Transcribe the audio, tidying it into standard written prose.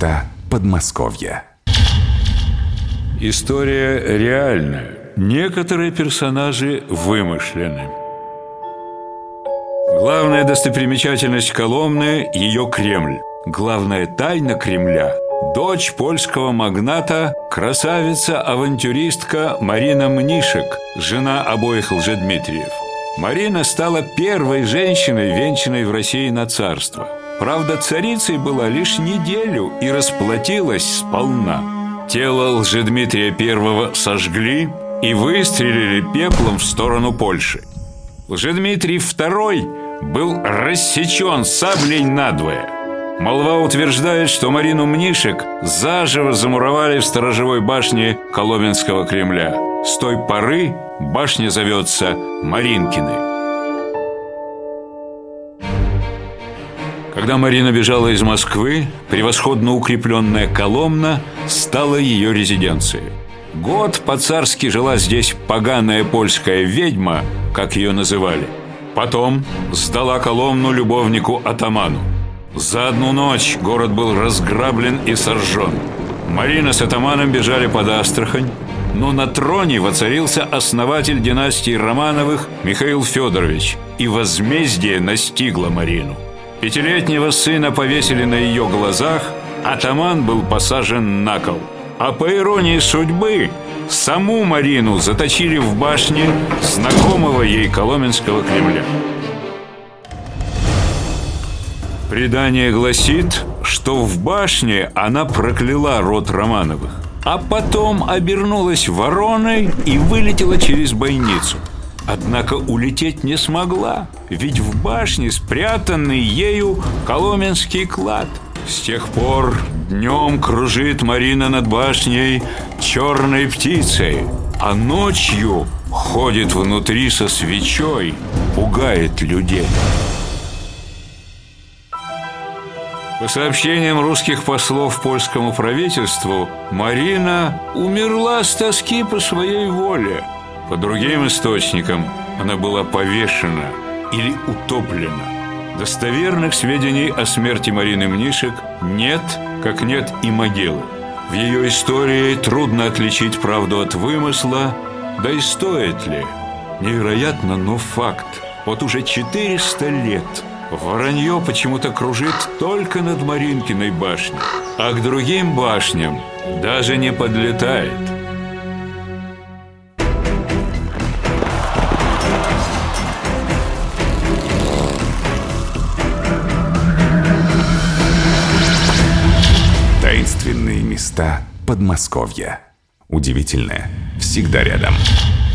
места Подмосковья. История реальная. Некоторые персонажи вымышлены. Главная достопримечательность Коломны – ее Кремль. Главная тайна Кремля – дочь польского магната, красавица-авантюристка Марина Мнишек, жена обоих Лжедмитриев. Марина стала первой женщиной, венчанной в России на царство. Правда, царицей была лишь неделю и расплатилась сполна. Тело Лжедмитрия I сожгли и выстрелили пеплом в сторону Польши. Лжедмитрий II был рассечен саблей надвое. Молва утверждает, что Марину Мнишек заживо замуровали в сторожевой башне Коломенского Кремля. С той поры башня зовется Маринкиной. Когда Марина бежала из Москвы, превосходно укрепленная Коломна стала ее резиденцией. Год по-царски жила здесь поганая польская ведьма, как ее называли. Потом сдала Коломну любовнику-атаману. За одну ночь город был разграблен и сожжен. Марина с атаманом бежали под Астрахань, но на троне воцарился основатель династии Романовых Михаил Федорович, и возмездие настигло Марину. 5-летнего сына повесили на ее глазах, атаман был посажен на кол. А по иронии судьбы, саму Марину заточили в башне знакомого ей Коломенского Кремля. Предание гласит, что в башне она прокляла род Романовых, а потом обернулась вороной и вылетела через бойницу. Однако улететь не смогла, ведь в башне спрятанный ею Коломенский клад. С тех пор днем кружит Марина над башней черной птицей, а ночью ходит внутри со свечой, пугает людей. По сообщениям русских послов польскому правительству, Марина умерла с тоски по своей воле. По другим источникам, она была повешена или утоплена. Достоверных сведений о смерти Марины Мнишек нет, как нет и могилы. В ее истории трудно отличить правду от вымысла, да и стоит ли? Невероятно, но факт. Вот уже 400 лет воронье почему-то кружит только над Маринкиной башней, а к другим башням даже не подлетает. Таинственные места Подмосковья. Удивительное всегда рядом.